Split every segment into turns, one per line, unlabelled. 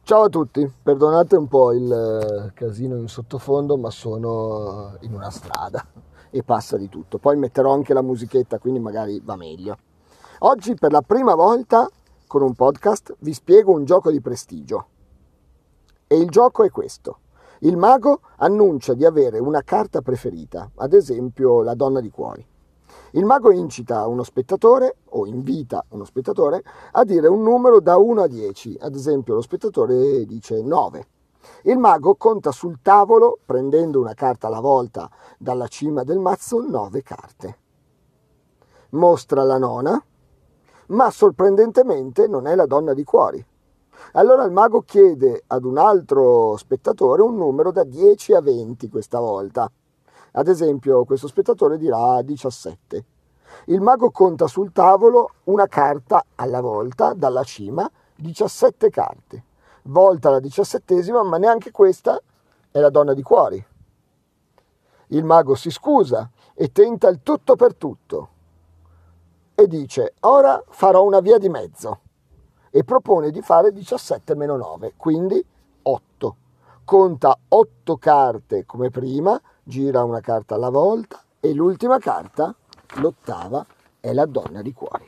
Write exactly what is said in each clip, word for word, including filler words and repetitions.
Ciao a tutti, perdonate un po' il casino in sottofondo, ma sono in una strada e passa di tutto. Poi metterò anche la musichetta, quindi magari va meglio. Oggi per la prima volta con un podcast vi spiego un gioco di prestigio. E il gioco è questo. Il mago annuncia di avere una carta preferita, ad esempio la donna di cuori. Il mago incita uno spettatore, o invita uno spettatore, a dire un numero da uno a dieci. Ad esempio lo spettatore dice nove. Il mago conta sul tavolo, prendendo una carta alla volta dalla cima del mazzo, nove carte. Mostra la nona, ma sorprendentemente non è la donna di cuori. Allora il mago chiede ad un altro spettatore un numero da dieci a venti questa volta. Ad esempio, questo spettatore dirà diciassette. Il mago conta sul tavolo una carta alla volta, dalla cima, diciassette carte. Volta la diciassettesima, ma neanche questa è la donna di cuori. Il mago si scusa e tenta il tutto per tutto. E dice, ora farò una via di mezzo. E propone di fare diciassette meno nove, quindi otto. Conta otto carte come prima, gira una carta alla volta e l'ultima carta, l'ottava, è la donna di cuori.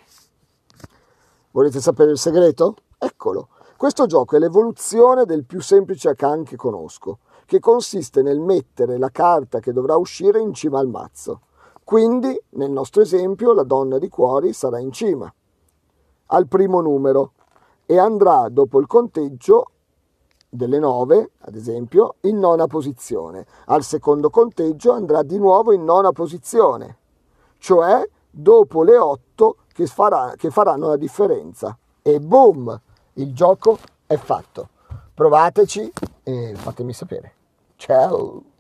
Volete sapere il segreto? Eccolo. Questo gioco è l'evoluzione del più semplice Akan che conosco, che consiste nel mettere la carta che dovrà uscire in cima al mazzo. Quindi, nel nostro esempio, la donna di cuori sarà in cima, al primo numero, e andrà dopo il conteggio delle nove, ad esempio, in nona posizione. Al secondo conteggio andrà di nuovo in nona posizione, cioè dopo le otto che, farà, che faranno la differenza. E boom! Il gioco è fatto. Provateci e fatemi sapere. Ciao!